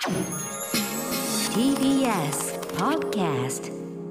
TBS Podcast。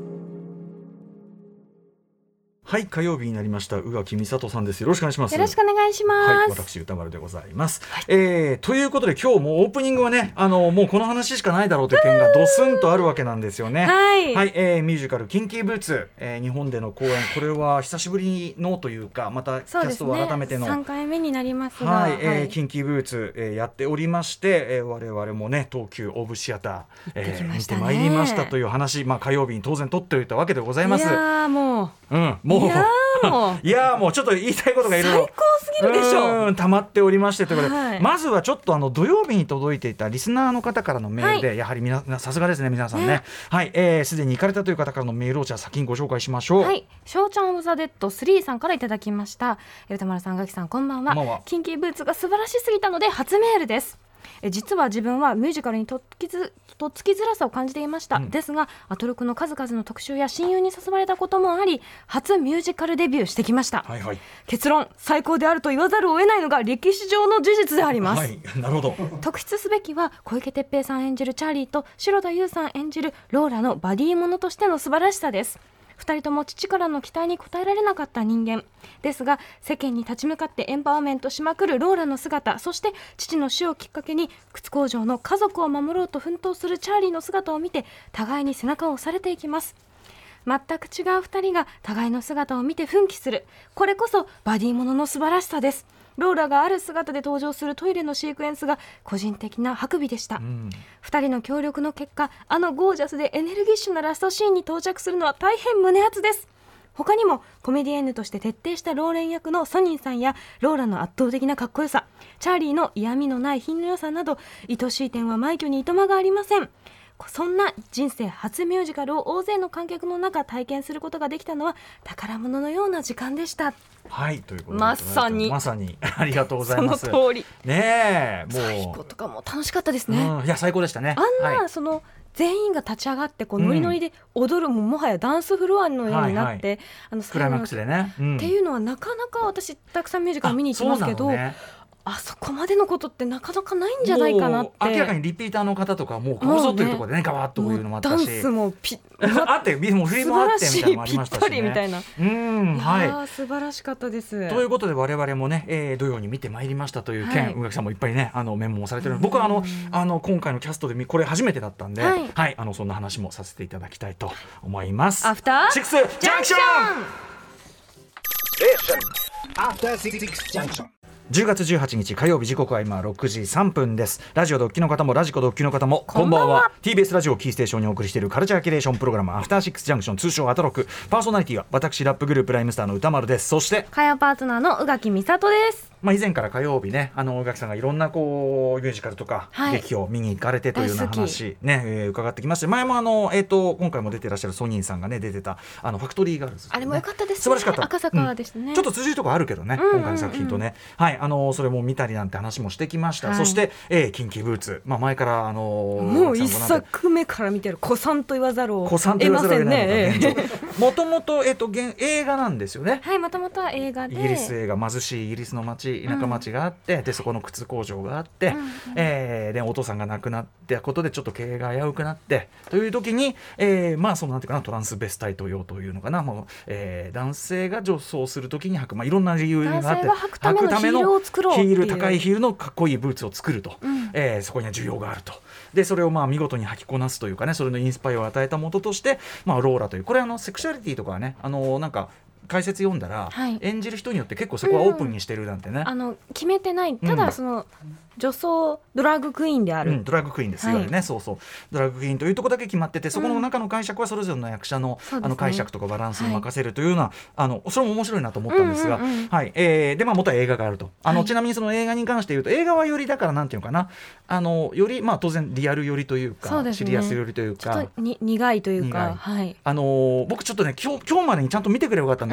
はい、火曜日になりました。宇垣美里さんです。よろしくお願いします。 よろしくお願いします。 はい、私歌丸でございます。ということで今日もオープニングはね、もうこの話しかないだろうという件がドスンとあるわけなんですよね。 はい、 はい、ミュージカルキンキーブーツ、日本での公演、これは久しぶりのというか、またキャストを改めての、 3回目になりますが、 はい、キンキーブーツ、やっておりまして、我々もね東急オーブシアター、見てまいりましたという話、火曜日に当然撮っておいたわけでございます。 いやもう、 いやもうちょっと言いたいことがいろいろ最高すぎるでしょ。 溜まっておりましてということで、 はい、 まずはちょっと土曜日に届いていたリスナーの方からのメールで、やはりさすがですね皆さんね、はい、すでに行かれたという方からのメールをじゃあ先にご紹介しましょう。 はい、ショーちゃんオブザデッド3さんからいただきました。歌丸さん、ガキさん、こんばんは。キンキーブーツが素晴らしすぎたので初メールです。実は自分はミュージカルにとっつきづらさを感じていました、ですがアトロクの数々の特集や親友に誘われたこともあり初ミュージカルデビューしてきました、結論、最高であると言わざるを得ないのが歴史上の事実であります、 なるほど。 特筆すべきは小池徹平さん演じるチャーリーと城田優さん演じるローラのバディものとしての素晴らしさです。2人とも父からの期待に応えられなかった人間ですが、世間に立ち向かってエンパワーメントしまくるローラの姿、そして父の死をきっかけに靴工場の家族を守ろうと奮闘するチャーリーの姿を見て互いに背中を押されていきます。全く違う2人が互いの姿を見て奮起する、これこそバディものの素晴らしさです。ローラがある姿で登場するトイレのシークエンスが個人的なハクビでした、2人の協力の結果、ゴージャスでエネルギッシュなラストシーンに到着するのは大変胸熱です。他にもコメディエンヌとして徹底したローレン役のソニーさんやローラの圧倒的なかっこよさ、チャーリーの嫌味のない品の良さなど、愛しい点は枚挙にいとまがありません。そんな人生初ミュージカルを大勢の観客の中体験することができたのは宝物のような時間でした。 はい、ということでまさにありがとうございます。 その通りねえ、もう最高とかも楽しかったですね、 いや最高でしたね。 その全員が立ち上がってノリノリで踊る、もはやダンスフロアのようになって、 クライマックスでね、 っていうのはなかなか私たくさんミュージカル見に行きますけど、あそこまでのことってなかなかないんじゃないかなって。 明らかにリピーターの方とかもうここぞというところでねガバッというのもあったし、 ダンスもあってもう振りもあってみたいなのもありましたしね、 ぴったりみたいな、素晴らしかったです。 ということで我々もね、土曜に見てまいりましたという件、宇垣さんもいっぱいねメモもされてるので、僕は今回のキャストでこれ初めてだったんで、そんな話もさせていただきたいと思います。 アフターシックスジャンクション。 アフターシックスジャンクション。 10月18日火曜日、時刻は今6時3分です。ラジオドッキの方もラジコドッキの方もこんばんは。 TBS ラジオキーステーションにお送りしているカルチャーキュレーションプログラムアフターシックスジャンクション、通称アトロク。パーソナリティは私ラップグループライムスターの歌丸です。そして火曜パートナーの宇垣美里です。 以前から火曜日ね、宇垣さんがいろんなミュージカルとか、劇を見に行かれてというような話ね、伺ってきまして、前も今回も出てらっしゃるソニーさんがね出てたファクトリーガールズ、 あれも良かったですね。 素晴らしかった。 赤坂でしたね、 ちょっと通じるとこあるけどね、今回の作品とね、それも見たりなんて話もしてきました、そして、キンキーブーツ、前からもう一作目から見てる子さんと言わざるを得ませんね。 もともと映画なんですよね。 はい、もともとは映画でイギリス映画、貧しいイギリスの町、田舎町があって、でそこの靴工場があって、でお父さんが亡くなったことでちょっと経営が危うくなってという時に、そのなんていうかな、トランスベスタイト用というのかな、男性が女装する時に履く、いろんな理由があって、 男性が履くためのヒールを作ろうっていう、 高いヒールのかっこいいブーツを作ると、そこには需要があると。でそれを見事に履きこなすというかね、それのインスパイアを与えたものとして、ローラという、これセクシュアリティとかはね、なんか解説読んだら、演じる人によって結構そこはオープンにしてるなんてね、 決めてない。ただその、女装ドラッグクイーンである、 ドラッグクイーンですよね、そうそう、ドラッグクイーンというところだけ決まってて、そこの中の解釈はそれぞれの役者の、解釈とかバランスに任せるというような、それも面白いなと思ったんですが、で元は映画があると、ちなみにその映画に関して言うと、映画はよりだからなんていうのかな、より当然リアル寄りというか、シリアス寄りというか、 ちょっと苦いというか、 僕ちょっとね今日までにちゃんと見てくればよかったん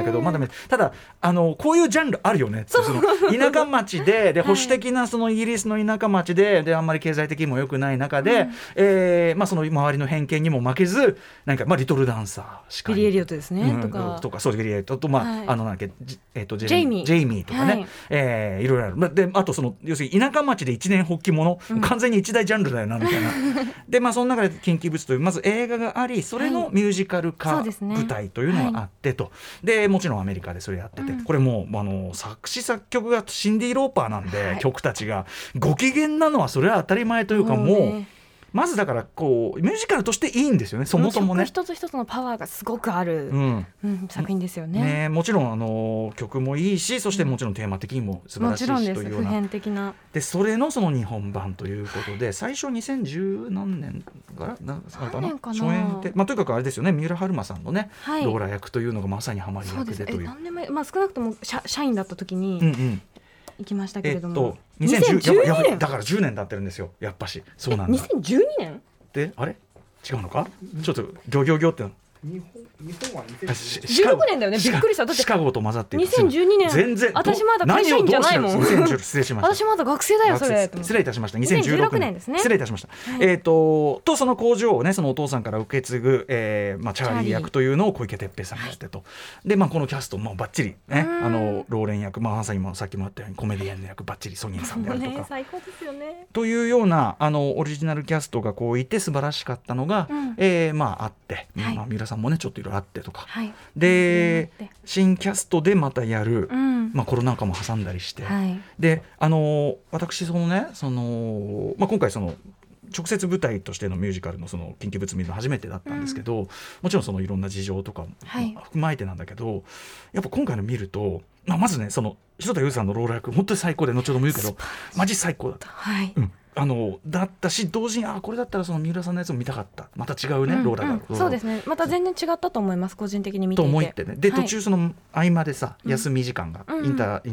だけど、まだただこういうジャンルあるよねって、その田舎町で保守的なそのイギリスの田舎町であんまり経済的にも良くない中で、その周りの偏見にも負けず、なんかリトルダンサーしかりビリー・エリオットですね、とかそうビリー・エリオットと、なんだっけ、ジェイミーとかね、いろいろある。であとその要するに田舎町で一年発起もの、完全に一大ジャンルだよなみたいなで、その中で近畿物というまず映画があり、それのミュージカル化舞台というのがあってと、でもちろんアメリカでそれやってて、これもう作詞作曲がシンディ・ローパーなんで、曲たちがご機嫌なのはそれは当たり前というか、もうまずだからこうミュージカルとしていいんですよね、そもそもね。 一つ一つのパワーがすごくある、作品ですよね。 もちろん曲もいいし、そしてもちろんテーマ的にも素晴らしいし、 もちろんです、 というような普遍的なで、それのその日本版ということで、最初2010何年から初演で、とにかくあれですよね、三浦春馬さんのね、ローラ役というのがまさにハマり役でという。 何年前、少なくとも社員だった時に、行きましたけれども、 2012年だから10年経ってるんですよ、やっぱし。そうなんだ。 2012年で、あれ違うのか、ちょっとギョギョギョって日本は 16年だよね。びっくりした。だってシカゴと混ざって 2012年全然私まだ会社員じゃないもん。 失礼しました。 私まだ学生だよそれ。 失礼いたしました。2016年ですね。失礼いたしました。とその工場をね、そのお父さんから受け継ぐチャーリー役というのを小池徹平さんがしてと、でこのキャストバッチリね、ローレン役、まさにさっきもあったようにコメディアンの役バッチリソニーさんであるとか、 最高ですよね。 というようなオリジナルキャストがこういて素晴らしかったのがあって、三浦さんもねちょっといろいろあってとか、で新キャストでまたやる、コロナ禍も挟んだりして、で私そのね今回その直接舞台としてのミュージカルのその緊急物見るの初めてだったんですけど、もちろんそのいろんな事情とか踏まえてなんだけど、やっぱ今回の見ると、まずねその篠田優さんのローラ役本当に最高で、後ほども言うけどマジ最高だった。だったし、同時にこれだったらその三浦さんのやつも見たかった、また違うね、ローラが、 そうですね、また全然違ったと思います、個人的に見ていて。 と思ってね。で、途中その合間でさ、休み時間がインタ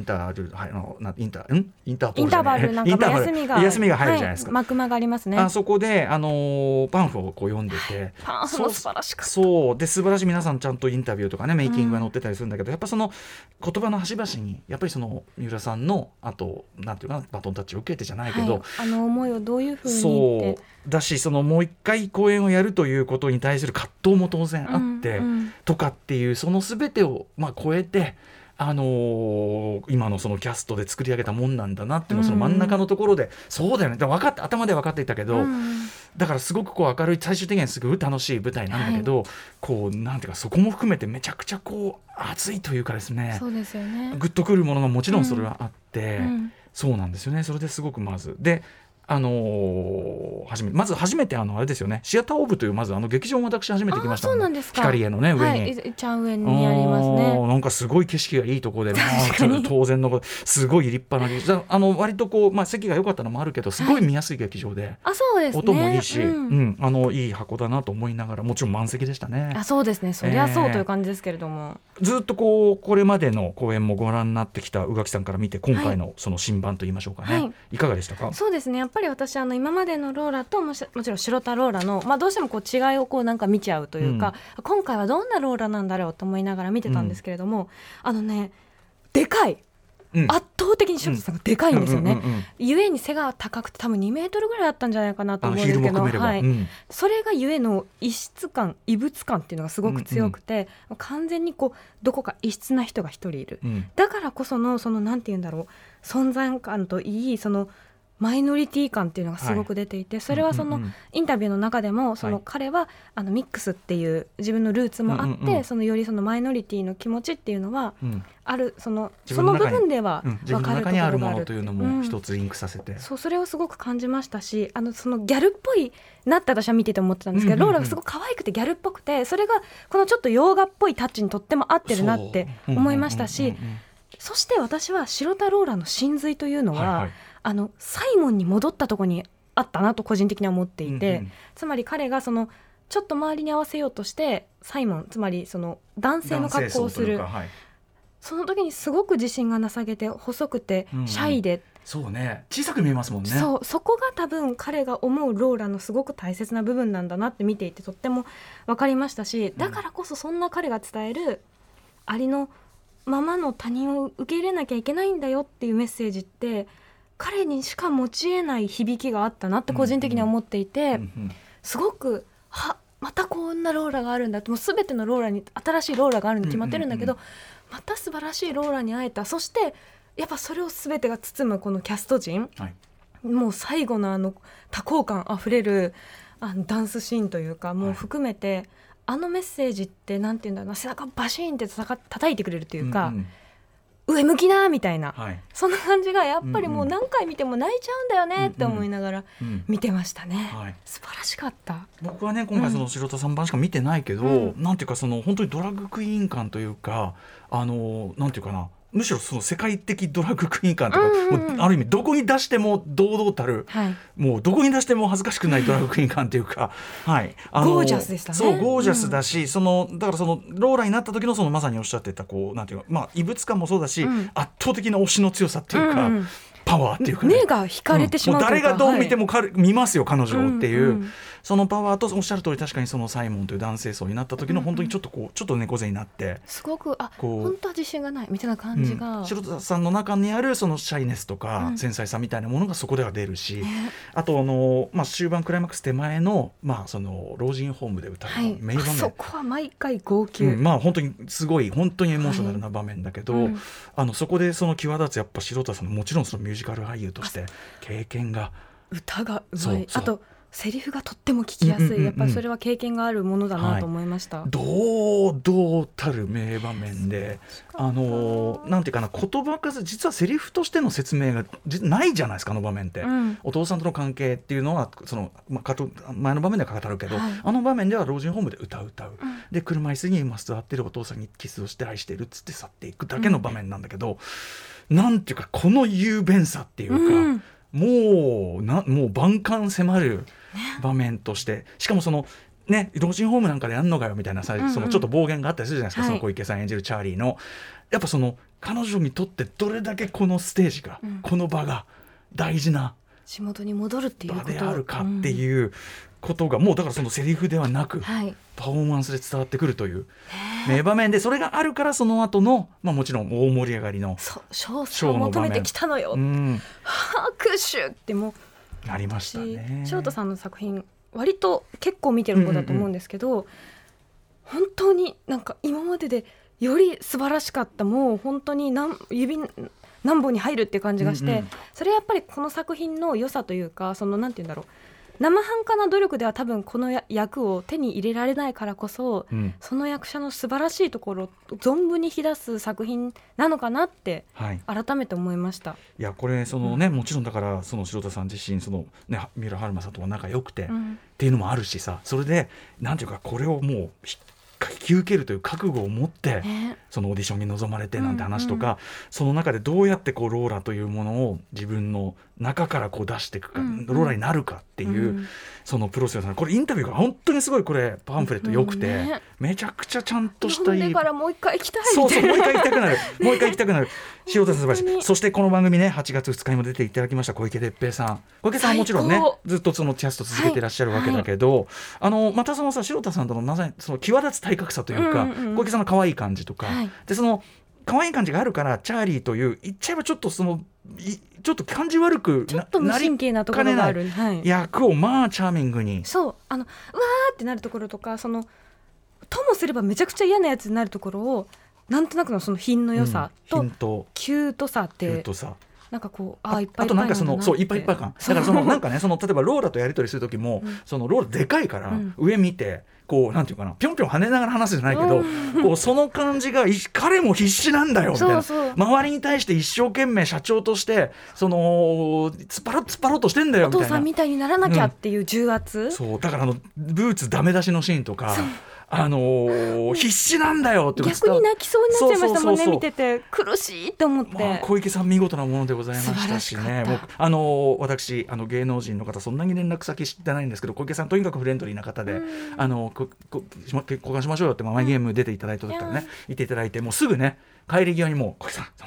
ーバルなんか休みが入るじゃないですか。 幕間がありますね。 そこでパンフをこう読んでて、 パンフも素晴らしかった。 そうで、素晴らしい、皆さんちゃんとインタビューとかねメイキングが載ってたりするんだけど、やっぱその言葉の端々にやっぱりその三浦さんのなんていうかな、バトンタッチを受けてじゃないけど、 思いをどういうふうにそうだし、そのもう一回公演をやるということに対する葛藤も当然あって、とかっていう、その全てを超えて、今のそのキャストで作り上げたもんなんだなっていうのを、その真ん中のところで、そうだよね、分かって頭で分かっていたけど、だからすごくこう明るい、最終的にはすごく楽しい舞台なんだけど、こうなんていうか、そこも含めてめちゃくちゃこう熱いというかですね、 そうですよね、 グッとくるものがもちろんそれはあって、そうなんですよね。それですごくまずでまず初めてあれですよね、シアターオブというまず劇場も私初めて行きました。 そうなんですか。 光栄のね上に、 一番上にありますね。 なんかすごい景色がいいところで、当然のすごい立派な劇場、割とこう、席が良かったのもあるけど、すごい見やすい劇場で、 そうですね、 音もいいし、いい箱だなと思いながら、もちろん満席でしたね。 そうですね、そりゃそうという感じですけれども、 ずっとこれまでの公演もご覧になってきた宇垣さんから見て、今回のその新版といいましょうかね、いかがでしたか？ そうですね、やっぱり私今までのローラともちろん白田ローラの、どうしてもこう違いをこうなんか見ちゃうというか、今回はどんなローラなんだろうと思いながら見てたんですけれども、でかい、圧倒的に白田さんがでかいんですよね。ゆえに背が高くて、多分2メートルぐらいあったんじゃないかなと思うんですけど、それがゆえの異質感、異物感っていうのがすごく強くて、完全にこうどこか異質な人が一人いる、だからこそのなんていうんだろう、存在感といい、そのマイノリティ感っていうのがすごく出ていて、それはそのインタビューの中でも、その彼はミックスっていう自分のルーツもあって、そのよりそのマイノリティの気持ちっていうのはある、その部分では自分の中にあるものというのも一つリンクさせて、 それをすごく感じましたし、そのギャルっぽいなって私は見てて思ってたんですけど、ローラがすごく可愛くてギャルっぽくて、それがこのちょっと洋画っぽいタッチにとっても合ってるなって思いましたし、そして私は白田ローラの真髄というのは、サイモンに戻ったところにあったなと個人的には思っていて、つまり彼がそのちょっと周りに合わせようとしてサイモン、つまりその男性の格好をする、その時にすごく自信がなさげて細くてシャイで、 そうね、小さく見えますもんね。 そこが多分彼が思うローラのすごく大切な部分なんだなって見ていてとっても分かりましたし、だからこそそんな彼が伝えるありのままの他人を受け入れなきゃいけないんだよっていうメッセージって彼にしか持ち得ない響きがあったなって個人的には思っていて、すごくまたこんなローラがあるんだって、もう全てのローラに新しいローラがあるに決まってるんだけど、また素晴らしいローラに会えた。そしてやっぱそれを全てが包むこのキャスト陣、もう最後の多幸感あふれるダンスシーンというかもう含めて、メッセージってなんていうんだろうな、背中バシーンって叩いてくれるというか、上向きなみたいな、そんな感じがやっぱりもう何回見ても泣いちゃうんだよねって思いながら見てましたね。素晴らしかった。 僕はね今回その白田3番しか見てないけど、なんていうかその本当にドラッグクイーン感というか、なんていうかな、むしろその世界的ドラッグクイーン感とか、もうある意味どこに出しても堂々たる、もうどこに出しても恥ずかしくないドラッグクイーン感というか、ゴージャスでしたね。 そうゴージャスだし、だからそのローラになった時のそのまさにおっしゃってたこうなんていうか、異物感もそうだし、圧倒的な推しの強さっていうか、パワーっていうか、 目が惹かれてしまうというか、 もう誰がどう見ても見ますよ彼女をっていう、そのパワーとおっしゃる通り確かにそのサイモンという男性層になった時の本当にちょっと猫背になってすごく本当は自信がないみたいな感じが、 白田さんの中にあるそのシャイネスとか繊細さみたいなものがそこでは出るし、あと終盤クライマックス手前の、その老人ホームで歌う名場面、 そこは毎回号泣、 本当にすごい本当にエモーショナルな場面だけど、そこでその際立つやっぱ白田さんのもちろんそのミュージカル俳優として経験が、 歌がうまい、あとセリフがとっても聞きやすい、やっぱりそれは経験があるものだなと思いました。 堂々たる名場面で、なんていうかな、言葉数実はセリフとしての説明がないじゃないですか、あの場面って、お父さんとの関係っていうのはその、前の場面では語るけど、あの場面では老人ホームで歌う、で車椅子に今座ってるお父さんにキスをして愛してるっつって去っていくだけの場面なんだけど、なんていうかこの雄弁さっていうか、もう万感迫る場面として、しかもそのね老人ホームなんかでやんのかよみたいなさ、そのちょっと暴言があったりするじゃないですか、その小池さん演じるチャーリーのやっぱその彼女にとってどれだけこのステージが、この場が大事な地元に戻るっていうこと場であるかっていうことが、もうだからそのセリフではなく、パフォーマンスで伝わってくるという名場面で、それがあるからその後の、もちろん大盛り上がりの賞を求めてきたのよ、拍手ってもありましたね。 白田さんの作品割と結構見てる方だと思うんですけど、本当になんか今まででより素晴らしかった、もう本当に指何本に入るっていう感じがして、それやっぱりこの作品の良さというか、そのなんていうんだろう、生半可な努力では多分この役を手に入れられないからこそ、その役者の素晴らしいところを存分に引き出す作品なのかなって改めて思いました。 いやこれそのね、もちろんだからその白田さん自身その、ね、三浦春馬さんとは仲良くて、っていうのもあるしさ、それでなんていうかこれをもう引き受けるという覚悟を持って、そのオーディションに臨まれてなんて話とか、その中でどうやってこうローラというものを自分の中からこう出していくか、ローラになるかっていう、そのプロセス、これインタビューが本当にすごい、これパンフレット良くて、めちゃくちゃちゃんとした読んでからもう一回行きたいみたいな、もう一回行きたくなるもう一回行きたくなる塩田さん素晴らしい。そしてこの番組ね8月2日にも出ていただきました小池徹平さん。小池さんはもちろんねずっとそのキャスト続けていらっしゃるわけだけど、またそのさ塩田さんとのまさにその際立つ体格差というか、小池さんの可愛い感じとか、でその可愛い感じがあるからチャーリーという言っちゃえばちょっとそのちょっと感じ悪くちょっと無神経なところがある、 役をチャーミングに、 そううわーってなるところとか、そのともすればめちゃくちゃ嫌なやつになるところをなんとなくのその品の良さと、キュートさってなんかこういっぱいいっぱいあとなんかそのそういっぱいいっぱい感だからそのなんかねその例えばローラとやり取りする時も、そのローラでかいから、上見てこうなんていうかなぴょんぴょん跳ねながら話すじゃないけど、こうその感じが彼も必死なんだよみたいな、周りに対して一生懸命社長としてその突っ張ろうとしてんだよみたいな、 お父さんみたいにならなきゃっていう重圧、 そうだからブーツダメ出しのシーンとか必死なんだよって逆に泣きそうになっちゃいましたもんね。見てて苦しいと思って、 小池さん見事なものでございましたしね。私芸能人の方そんなに連絡先知ってないんですけど、小池さんとにかくフレンドリーな方で、交換しましょうよってマイゲーム出ていただいた時からね、いていただいて、もうすぐね帰り際にもう小池さん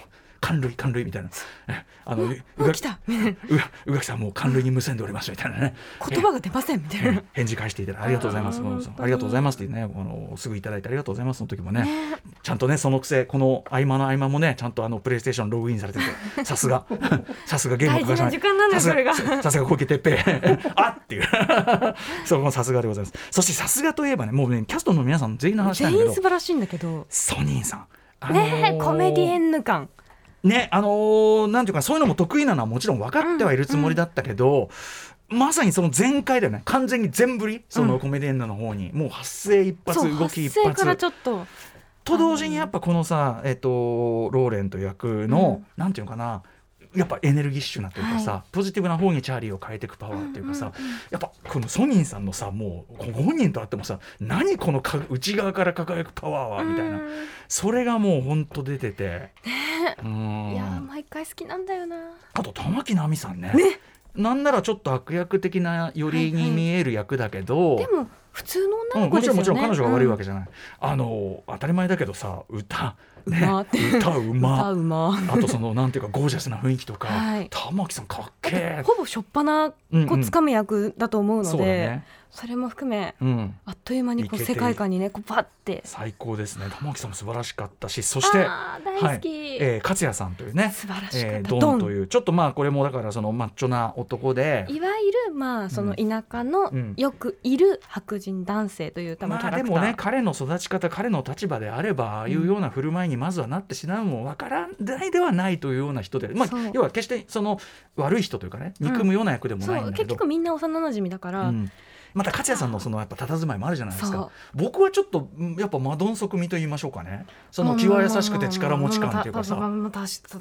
感類みたいな、 もう来た宇垣さんもう感類に無線でおりますみたいなね、 言葉が出ませんみたいな返事返していただいてありがとうございます、ありがとうございますってね、すぐいただいてありがとうございますの時もね、ちゃんとねそのくせこの合間の合間もねちゃんとプレイステーションログインされててさすがゲーム大事な時間なんだよそれがさすが小池徹平あっていうそこもさすがでございます。そしてさすがといえばね、もうねキャストの皆さん全員の話なんだけど、 全員素晴らしいんだけど、 ソニンさん、 コメディエンヌ感ね、なんていうかそういうのも得意なのはもちろん分かってはいるつもりだったけど、まさにその全開だよね、完全に全振り、そのコメディエンヌの方に、もう発声一発、動き一発発声からちょっとと同時にやっぱこのさ、ローレンという役の、なんていうのかな、やっぱエネルギッシュなというかさ、ポジティブな方にチャーリーを変えていくパワーっていうかさ、やっぱこのソニンさんのさ、もうご本人と会ってもさ、何この内側から輝くパワーはみたいな、それがもうほんと出てて、 いや毎回好きなんだよな。 あと玉木奈美さん ねなんならちょっと悪役的な寄りに見える役だけど、 でも普通の女の子ですよね、 もちろん彼女が悪いわけじゃない、当たり前だけどさ、歌うまあとそのなんていうかゴージャスな雰囲気とか、玉木さんかっけえ、 ほぼ初っ端こう掴む役だと思うので、それも含め、あっという間にこう世界観にねこうパッて最高ですね。玉木さんも素晴らしかったし、そして大好き、 勝谷さんというね、 素晴らしかった、 ドンというちょっとこれもだからそのマッチョな男で、 いわゆるその田舎のよくいる白人男性という多分キャラクター、 でもね彼の育ち方、彼の立場であればああいうような振る舞いにまずはなってしまうもわからないではないというような人で、要は決してその悪い人というかね、憎むような役でもないんだけど、 結局みんな幼馴染だから、 また勝谷さんのそのやっぱ佇まいもあるじゃないですか。僕はちょっとやっぱマドンソク味と言いましょうかね、その気は優しくて力持ち感っていうかさ、確かに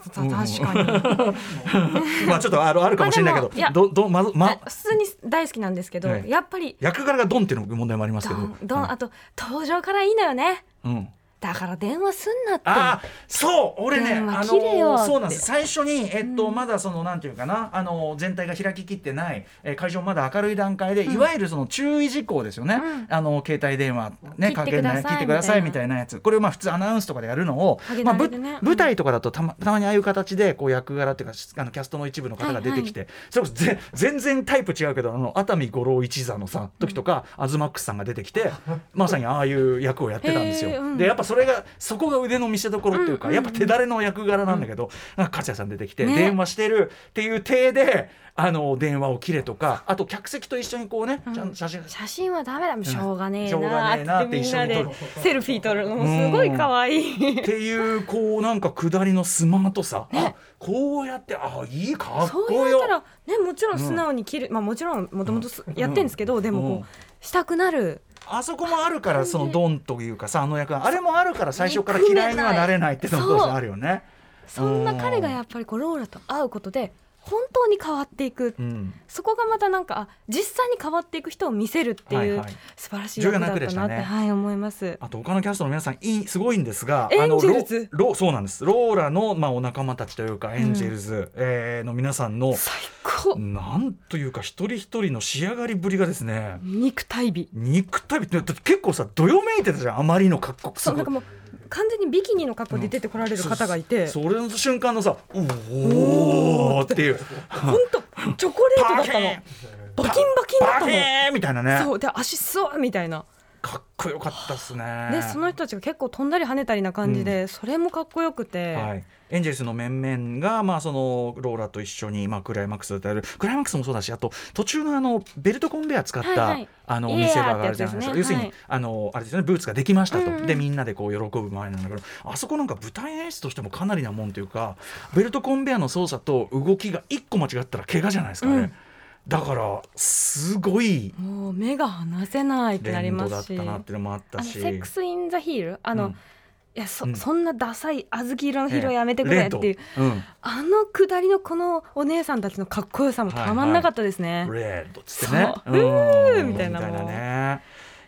ちょっとあるかもしれないけど、 普通に大好きなんですけど、やっぱり役柄がドンっていうの問題もありますけど、 あと登場からいいのよね、だから電話すんなって。 そう俺ねそうなんです。最初にまだそのなんていうかな、全体が開ききってない、会場まだ明るい段階で、いわゆるその注意事項ですよね、携帯電話ね切ってくださいみたいなやつ、これを普通アナウンスとかでやるのを、舞台とかだとたまにああいう形でこう役柄っていうかキャストの一部の方が出てきて、それこそ全然タイプ違うけど熱海五郎一座のさ時とか、アズマックスさんが出てきてまさにああいう役をやってたんですよ。でやっぱそこが腕の見せ所っていうか、やっぱ手だれの役柄なんだけど、勝谷さん出てきて、電話してるっていう体で電話を切れとか、あと客席と一緒にこうね、ちゃんと写真はダメだ、しょうがねえなってみんなでセルフィー撮るのもすごい可愛いっていうこうなんか下りのスマートさ、こうやっていいかっこよ、 そうやったらね、もちろん素直に切る、もちろんもともとやってるんですけど、でもこうしたくなる、 あそこもあるから、そのドンというかさ、役あれもあるから最初から嫌いにはなれないっていうのがあるよね。 そんな彼がやっぱりローラと会うことで本当に変わっていく、そこがまたなんか実際に変わっていく人を見せるっていう、素晴らしい役だったなって思います。 あと他のキャストの皆さんすごいんですが、 エンジェルズそうなんです。ローラのお仲間たちというかエンジェルズ、の皆さんの最高、 なんというか一人一人の仕上がりぶりがですね、 肉体美って結構さどよめいてたじゃん、あまりの格好。 そうなんかもう完全にビキニの格好で出てこられる方がいて、 それの瞬間のさおーっていう本当チョコレートだったの、バキンバキンだったのみたいなね、 そうで足スワーみたいな、 かっこよかったですね。 でその人たちが結構飛んだり跳ねたりな感じで、それもかっこよくて、 エンジェルスの面々が、そのローラと一緒に、クライマックスでやる、クライマックスもそうだし、あと途中のベルトコンベヤ使った、見せ場があるじゃないですか。要するに、あれですよね、ブーツができましたと、でみんなでこう喜ぶ前なんだけど、あそこなんか舞台演出としてもかなりなもんというか、ベルトコンベヤの操作と動きが一個間違ったら怪我じゃないですかね。だからすごいもう目が離せないってなりますし、 連動だったなっていうのもあったし、 セックス・イン・ザ・ヒール、いやそんなダサい小豆色のヒーローやめてくれっていう、くだりのこのお姉さんたちのかっこよさもたまんなかったですね。 レッドっつってね、 みたいなもん。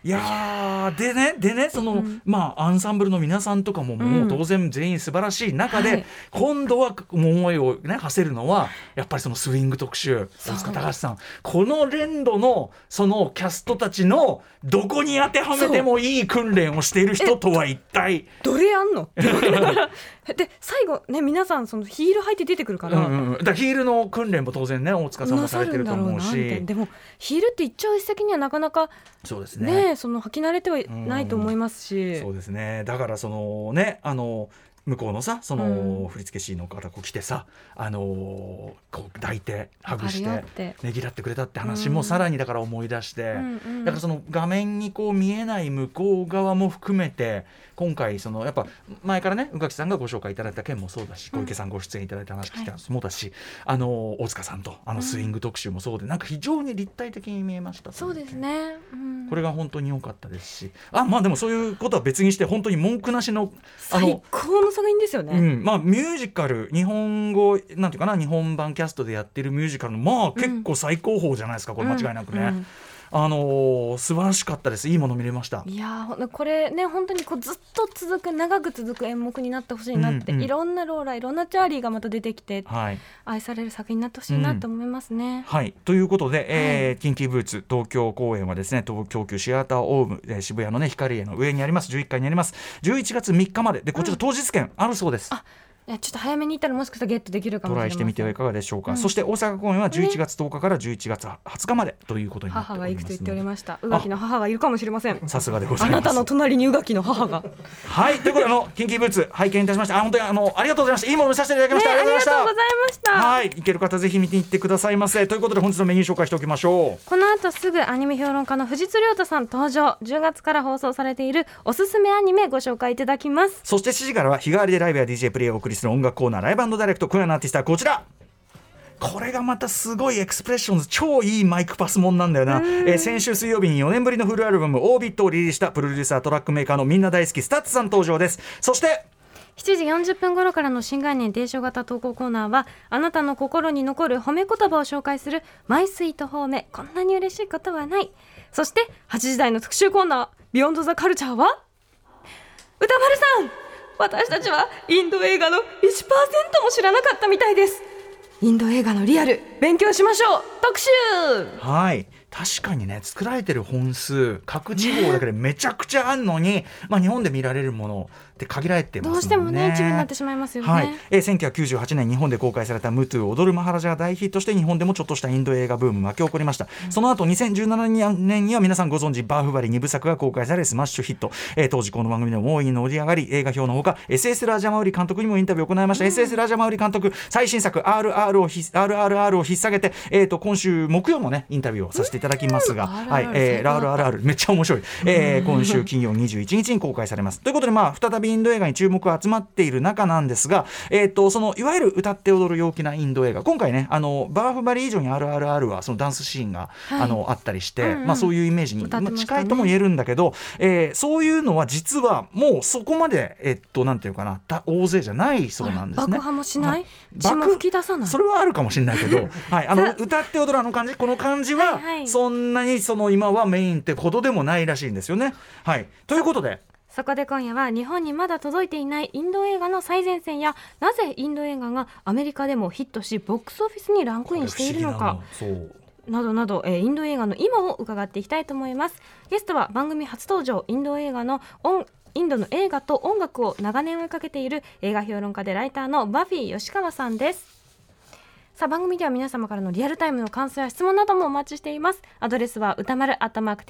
いやでねその、まあアンサンブルの皆さんとかももう当然全員素晴らしい中で、はい、今度は思いをね馳せるのはやっぱりそのスイング特集、大塚高橋さん、この連ドのそのキャストたちのどこに当てはめてもいい訓練をしている人とは一体どれやんので最後ね皆さんそのヒール履いて出てくるから、 だからヒールの訓練も当然ね大塚さんもされてると思うし、 でもヒールって一朝一夕にはなかなかそうですね、 その履き慣れてはいないと思いますし、 そうですね、だからそのね向こうのさその振付師の方こう来てさ、こう抱いてハグしてねぎらってくれたって話もさらにだから思い出して、だからその画面にこう見えない向こう側も含めて今回そのやっぱ前からね宇垣さんがご紹介いただいた件もそうだし、小池さんご出演いただいた話聞いたのもだし、大塚さんとスイング特集もそうで、なんか非常に立体的に見えました。 そうですね、 これが本当に良かったですし、まあでもそういうことは別にして本当に文句なしの最高の作品ですよね。 まあミュージカル日本語なんていうかな日本版キャストでやってるミュージカルのまあ結構最高峰じゃないですか、これ間違いなくね。素晴らしかったです。いいもの見れました。 いやこれね本当にこうずっと長く続く演目になってほしいなって、いろんなローラいろんなチャーリーがまた出てきて、愛される作品になってほしいなと思いますね。 はいということで、キンキーブーツ東京公演はですね東京シアターオーム、渋谷のね光栄の上にあります11階にあります。11月3日までで、こちら当日券あるそうです。 いやちょっと早めに行ったらもしかしたらゲットできるかもしれません。 トライしてみてはいかがでしょうか。そして大阪公演は11月10日から11月20日までということになっております。 母が行くと言っておりました。宇垣の母がいるかもしれません。 さすがでございます。 あなたの隣に宇垣の母がはいということでキンキーブーツ拝見いたしました。本当にありがとうございました。いいもの見させていただきました。 ありがとうございました。 はい行ける方ぜひ見ていってくださいませ。ということで本日のメニュー紹介しておきましょう。 この後すぐアニメ評論家の藤津亮太さん登場。10月から放送されているおすすめアニメご紹介いただきます。 そして7時からは日替わりでライブや DJ プレイをお送りする音楽コーナーライブ&ダイレクト。今夜のアーティストはこちら。これがまたすごいエクスプレッションズ超いいマイクパスもんなんだよな。先週水曜日に4年ぶりのフルアルバムオービットをリリースしたプロデューサートラックメーカーのみんな大好きスタッツさん登場です。そして 7時40分頃からの新概念提唱型投稿コーナーはあなたの心に残る褒め言葉を紹介するマイスイート褒め、こんなに嬉しいことはない。そして8時台の特集コーナービヨンドザカルチャーは歌丸さん、私たちはインド映画の 1% も知らなかったみたいです。インド映画のリアル勉強しましょう特集。 はい確かにね作られてる本数各地方だけでめちゃくちゃあんのに、日本で見られるものって限られてますもんね。 どうしてもね一部になってしまいますよね。 1998年日本で公開されたムトゥ踊るマハラジャが大ヒットして日本でもちょっとしたインド映画ブーム巻き起こりました。その後2017年には皆さんご存知バーフバリ2部作が公開されスマッシュヒット。当時この番組でも大いに盛り上がり映画表のほか SS ラージャマウリ監督にもインタビューを行いました。SS ラージャマウリ監督最新作 RRR を引っ提げて、今週木曜もねインタビューをさせていただきますが、RRR めっちゃ面白い、今週金曜21日に公開されます。ということで再びインド映画に注目が集まっている中なんですが、そのいわゆる歌って踊る陽気なインド映画、今回ねバーフバリ以上に RRR はそのダンスシーンが、あったりして、そういうイメージに、近いとも言えるんだけど、そういうのは実はもうそこまで、なんていうかな大勢じゃないそうなんですね。 爆破もしない、血も吹き出さない、 それはあるかもしれないけど、歌って踊る感じこの感じは、そんなに今はメインってほどでもないらしいんですよね。ということでそこで今夜は日本にまだ届いていないインド映画の最前線やなぜインド映画がアメリカでもヒットしボックスオフィスにランクインしているのかなどなど、インド映画の今を伺っていきたいと思います。ゲストは番組初登場インドの映画と音楽を長年追いかけている映画評論家でライターのバフィー吉川さんです。さあ番組では皆様からのリアルタイムの感想や質問などもお待ちしています。アドレスは歌丸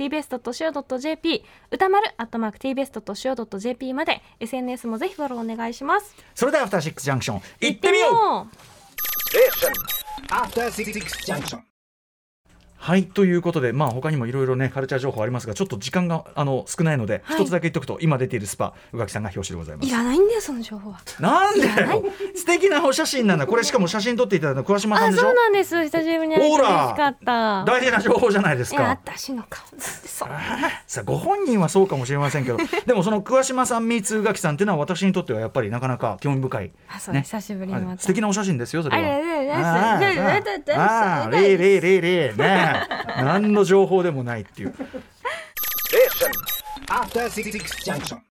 @tbs.co.jp 歌丸@tbs.co.jp まで SNS もぜひフォローお願いします。 それではアフターシックスジャンクション行ってみよう。 アフターシックスジャンクション。 はいということで、他にもいろいろねカルチャー情報ありますがちょっと時間が少ないので、一つだけ言っておくと今出ているスパ宇垣さんが表紙でございます。 いらないんだよその情報は。 なんでよ素敵なお写真なんだこれ。しかも写真撮っていただいた桑島さんでしょ。 そうなんです。久しぶりに会えて嬉しかった。 大事な情報じゃないですか。 私の顔さあご本人はそうかもしれませんけどでもその桑島さんミーツ宇垣さんっていうのは私にとってはやっぱりなかなか興味深い、 そう久しぶりにまた素敵なお写真ですよそれは。 あレイね何の情報でもないっていう After Six Junction.